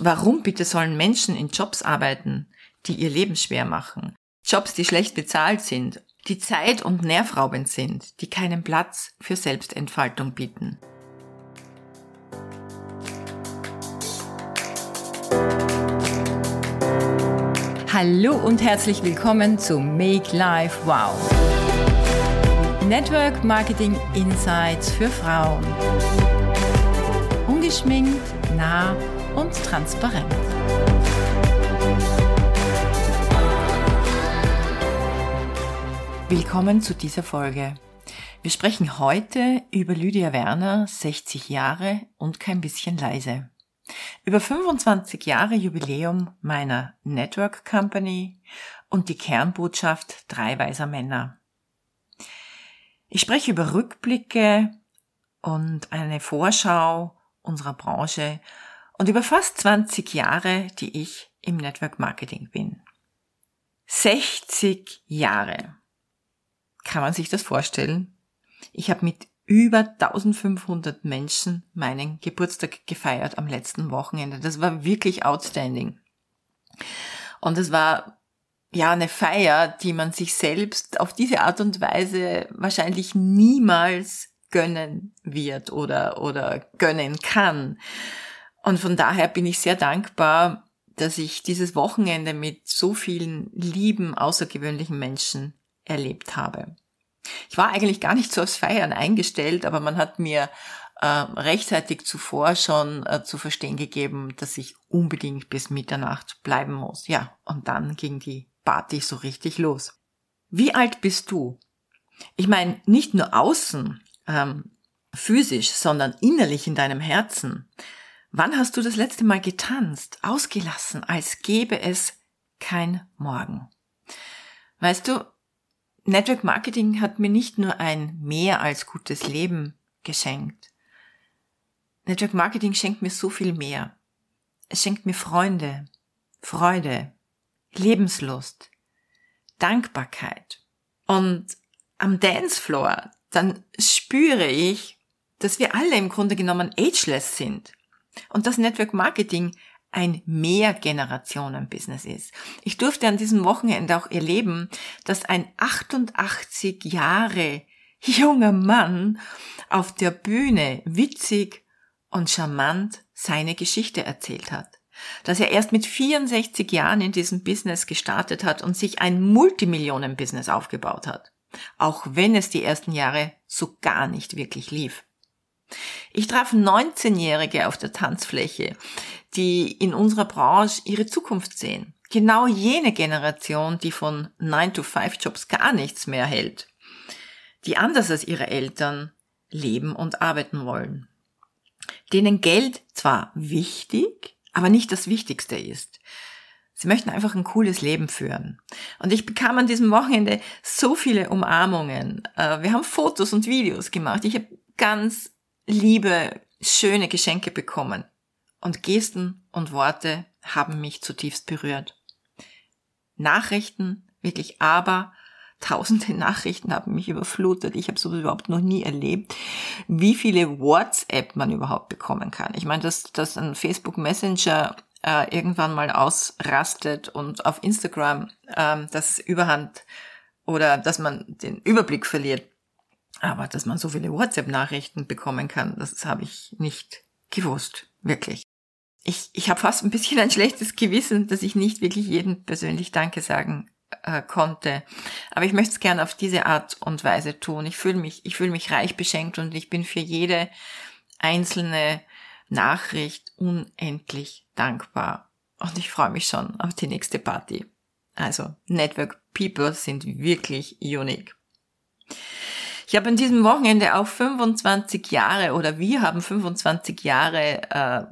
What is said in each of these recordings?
Warum bitte sollen Menschen in Jobs arbeiten, die ihr Leben schwer machen? Jobs, die schlecht bezahlt sind, die zeit- und nervraubend sind, die keinen Platz für Selbstentfaltung bieten. Hallo und herzlich willkommen zu Make Life Wow. Network Marketing Insights für Frauen. Ungeschminkt, nah und transparent. Willkommen zu dieser Folge. Wir sprechen heute über Lydia Werner, 60 Jahre und kein bisschen leise. Über 25 Jahre Jubiläum meiner Network Company und die Kernbotschaft 3 weiser Männer. Ich spreche über Rückblicke und eine Vorschau unserer Branche und über fast 20 Jahre, die ich im Network Marketing bin. 60 Jahre. Kann man sich das vorstellen? Ich habe mit über 1500 Menschen meinen Geburtstag gefeiert am letzten Wochenende. Das war wirklich outstanding. Und es war ja eine Feier, die man sich selbst auf diese Art und Weise wahrscheinlich niemals gönnen wird oder gönnen kann. Und von daher bin ich sehr dankbar, dass ich dieses Wochenende mit so vielen lieben, außergewöhnlichen Menschen erlebt habe. Ich war eigentlich gar nicht so aufs Feiern eingestellt, aber man hat mir rechtzeitig zuvor schon zu verstehen gegeben, dass ich unbedingt bis Mitternacht bleiben muss. Ja, und dann ging die Party so richtig los. Wie alt bist du? Ich meine, nicht nur außen, physisch, sondern innerlich in deinem Herzen. Wann hast du das letzte Mal getanzt, ausgelassen, als gäbe es kein Morgen? Weißt du, Network Marketing hat mir nicht nur ein mehr als gutes Leben geschenkt. Network Marketing schenkt mir so viel mehr. Es schenkt mir Freunde, Freude, Lebenslust, Dankbarkeit. Und am Dancefloor, dann spüre ich, dass wir alle im Grunde genommen ageless sind. Und das Network Marketing ein Mehrgenerationen-Business ist. Ich durfte an diesem Wochenende auch erleben, dass ein 88 Jahre junger Mann auf der Bühne witzig und charmant seine Geschichte erzählt hat. Dass er erst mit 64 Jahren in diesem Business gestartet hat und sich ein Multimillionen-Business aufgebaut hat. Auch wenn es die ersten Jahre so gar nicht wirklich lief. Ich traf 19-Jährige auf der Tanzfläche, die in unserer Branche ihre Zukunft sehen. Genau jene Generation, die von 9-to-5-Jobs gar nichts mehr hält. Die anders als ihre Eltern leben und arbeiten wollen. Denen Geld zwar wichtig, aber nicht das Wichtigste ist. Sie möchten einfach ein cooles Leben führen. Und ich bekam an diesem Wochenende so viele Umarmungen. Wir haben Fotos und Videos gemacht. Ich habe ganz liebe, schöne Geschenke bekommen. Und Gesten und Worte haben mich zutiefst berührt. Nachrichten, wirklich tausende Nachrichten haben mich überflutet. Ich habe sowas überhaupt noch nie erlebt, wie viele WhatsApp man überhaupt bekommen kann. Ich meine, dass ein Facebook Messenger irgendwann mal ausrastet und auf Instagram das Überhand oder dass man den Überblick verliert. Aber dass man so viele WhatsApp-Nachrichten bekommen kann, das habe ich nicht gewusst, wirklich. Ich habe fast ein bisschen ein schlechtes Gewissen, dass ich nicht wirklich jedem persönlich Danke sagen konnte. Aber ich möchte es gerne auf diese Art und Weise tun. Ich fühle mich reich beschenkt und ich bin für jede einzelne Nachricht unendlich dankbar. Und ich freue mich schon auf die nächste Party. Also, Network People sind wirklich unique. Ich habe an diesem Wochenende auch 25 Jahre oder wir haben 25 Jahre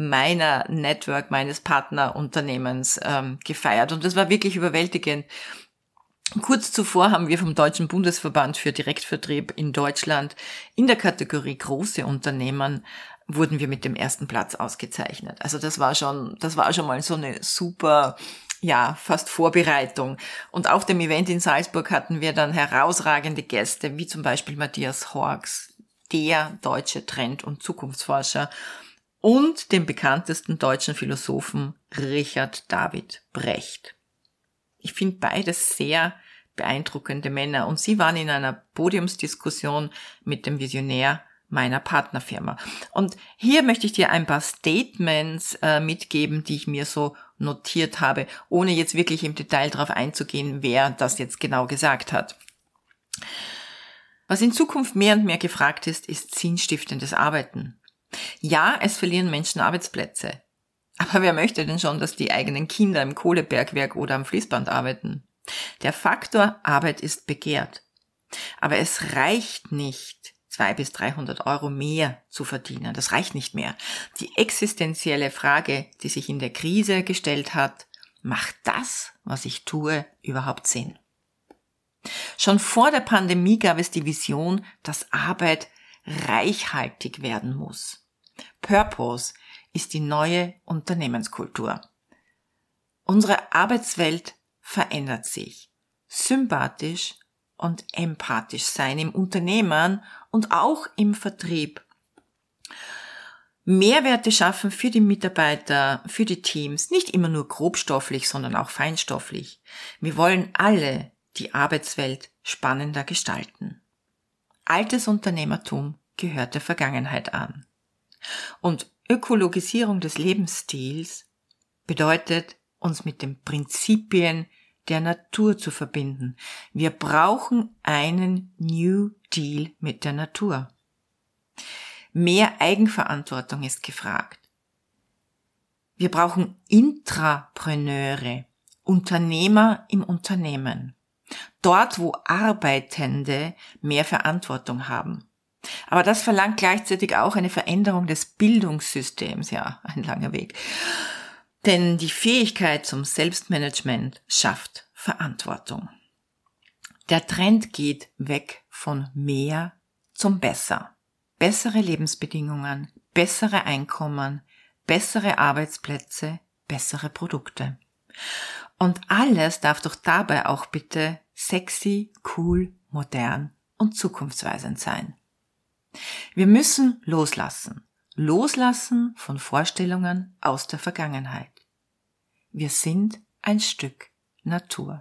meines Partnerunternehmens gefeiert und das war wirklich überwältigend. Kurz zuvor haben wir vom Deutschen Bundesverband für Direktvertrieb in Deutschland in der Kategorie große Unternehmen wurden wir mit dem ersten Platz ausgezeichnet. Also das war schon mal so eine super fast Vorbereitung. Und auf dem Event in Salzburg hatten wir dann herausragende Gäste, wie zum Beispiel Matthias Horks, der deutsche Trend- und Zukunftsforscher, und dem bekanntesten deutschen Philosophen Richard David Brecht. Ich finde beides sehr beeindruckende Männer und sie waren in einer Podiumsdiskussion mit dem Visionär meiner Partnerfirma. Und hier möchte ich dir ein paar Statements mitgeben, die ich mir so notiert habe, ohne jetzt wirklich im Detail darauf einzugehen, wer das jetzt genau gesagt hat. Was in Zukunft mehr und mehr gefragt ist sinnstiftendes Arbeiten. Ja, es verlieren Menschen Arbeitsplätze. Aber wer möchte denn schon, dass die eigenen Kinder im Kohlebergwerk oder am Fließband arbeiten? Der Faktor Arbeit ist begehrt. Aber es reicht nicht, 200 bis 300 Euro mehr zu verdienen. Das reicht nicht mehr. Die existenzielle Frage, die sich in der Krise gestellt hat, macht das, was ich tue, überhaupt Sinn? Schon vor der Pandemie gab es die Vision, dass Arbeit reichhaltig werden muss. Purpose ist die neue Unternehmenskultur. Unsere Arbeitswelt verändert sich. Sympathisch und empathisch sein im Unternehmen und auch im Vertrieb. Mehrwerte schaffen für die Mitarbeiter, für die Teams, nicht immer nur grobstofflich, sondern auch feinstofflich. Wir wollen alle die Arbeitswelt spannender gestalten. Altes Unternehmertum gehört der Vergangenheit an. Und Ökologisierung des Lebensstils bedeutet, uns mit den Prinzipien der Natur zu verbinden. Wir brauchen einen New Deal mit der Natur. Mehr Eigenverantwortung ist gefragt. Wir brauchen Intrapreneure, Unternehmer im Unternehmen. Dort, wo Arbeitende mehr Verantwortung haben. Aber das verlangt gleichzeitig auch eine Veränderung des Bildungssystems. Ja, ein langer Weg. Denn die Fähigkeit zum Selbstmanagement schafft Verantwortung. Der Trend geht weg von mehr zum besser. Bessere Lebensbedingungen, bessere Einkommen, bessere Arbeitsplätze, bessere Produkte. Und alles darf doch dabei auch bitte sexy, cool, modern und zukunftsweisend sein. Wir müssen loslassen. Loslassen von Vorstellungen aus der Vergangenheit. Wir sind ein Stück Natur.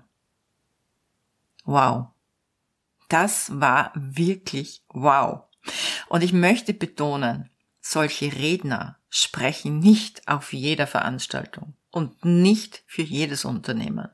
Wow. Das war wirklich wow. Und ich möchte betonen, solche Redner sprechen nicht auf jeder Veranstaltung und nicht für jedes Unternehmen.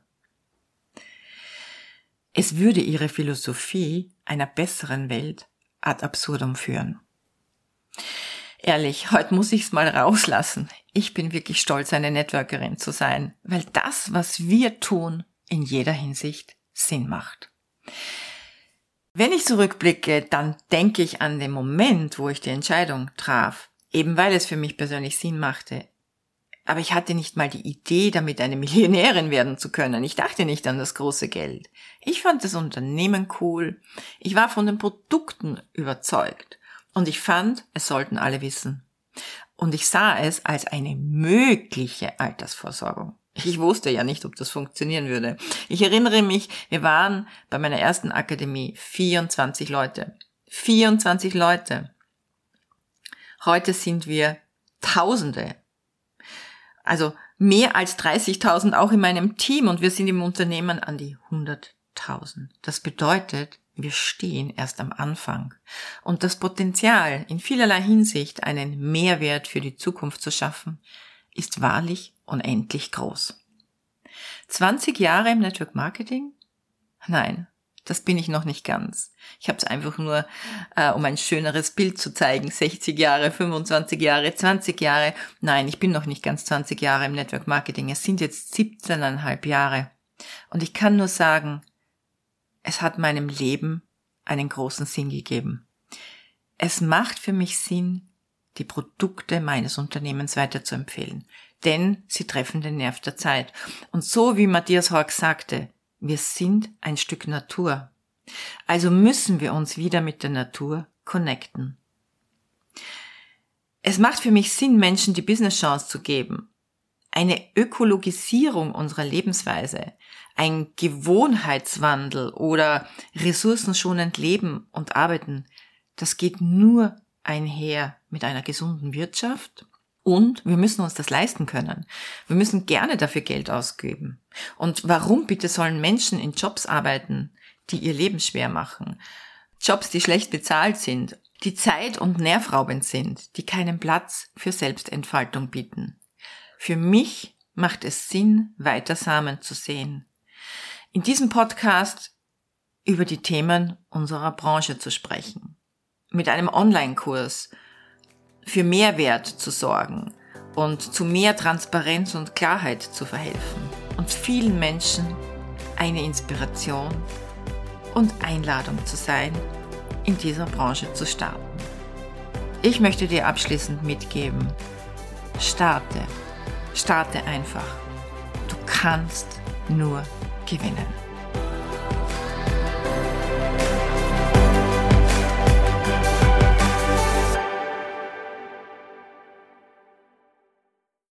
Es würde ihre Philosophie einer besseren Welt ad absurdum führen. Ehrlich, heute muss ich's mal rauslassen. Ich bin wirklich stolz, eine Networkerin zu sein, weil das, was wir tun, in jeder Hinsicht Sinn macht. Wenn ich zurückblicke, dann denke ich an den Moment, wo ich die Entscheidung traf, eben weil es für mich persönlich Sinn machte. Aber ich hatte nicht mal die Idee, damit eine Millionärin werden zu können. Ich dachte nicht an das große Geld. Ich fand das Unternehmen cool. Ich war von den Produkten überzeugt. Und ich fand, es sollten alle wissen. Und ich sah es als eine mögliche Altersvorsorgung. Ich wusste ja nicht, ob das funktionieren würde. Ich erinnere mich, wir waren bei meiner ersten Akademie 24 Leute. 24 Leute. Heute sind wir Tausende. Also mehr als 30.000 auch in meinem Team und wir sind im Unternehmen an die 100.000. Das bedeutet, wir stehen erst am Anfang. Und das Potenzial, in vielerlei Hinsicht einen Mehrwert für die Zukunft zu schaffen, ist wahrlich unendlich groß. 20 Jahre im Network Marketing? Nein, das bin ich noch nicht ganz. Ich habe es einfach nur, um ein schöneres Bild zu zeigen, 60 Jahre, 25 Jahre, 20 Jahre. Nein, ich bin noch nicht ganz 20 Jahre im Network Marketing. Es sind jetzt 17,5 Jahre. Und ich kann nur sagen, es hat meinem Leben einen großen Sinn gegeben. Es macht für mich Sinn, die Produkte meines Unternehmens weiterzuempfehlen, denn sie treffen den Nerv der Zeit. Und so wie Matthias Horck sagte, wir sind ein Stück Natur. Also müssen wir uns wieder mit der Natur connecten. Es macht für mich Sinn, Menschen die Business-Chance zu geben. Eine Ökologisierung unserer Lebensweise, ein Gewohnheitswandel oder ressourcenschonend leben und arbeiten, das geht nur einher mit einer gesunden Wirtschaft Und wir müssen uns das leisten können. Wir müssen gerne dafür Geld ausgeben. Und warum bitte sollen Menschen in Jobs arbeiten, die ihr Leben schwer machen? Jobs, die schlecht bezahlt sind, die zeit- und nervraubend sind, die keinen Platz für Selbstentfaltung bieten. Für mich macht es Sinn, weiter Samen zu säen. In diesem Podcast über die Themen unserer Branche zu sprechen. Mit einem Online-Kurs für Mehrwert zu sorgen und zu mehr Transparenz und Klarheit zu verhelfen und vielen Menschen eine Inspiration und Einladung zu sein, in dieser Branche zu starten. Ich möchte dir abschließend mitgeben, starte einfach. Du kannst nur gewinnen.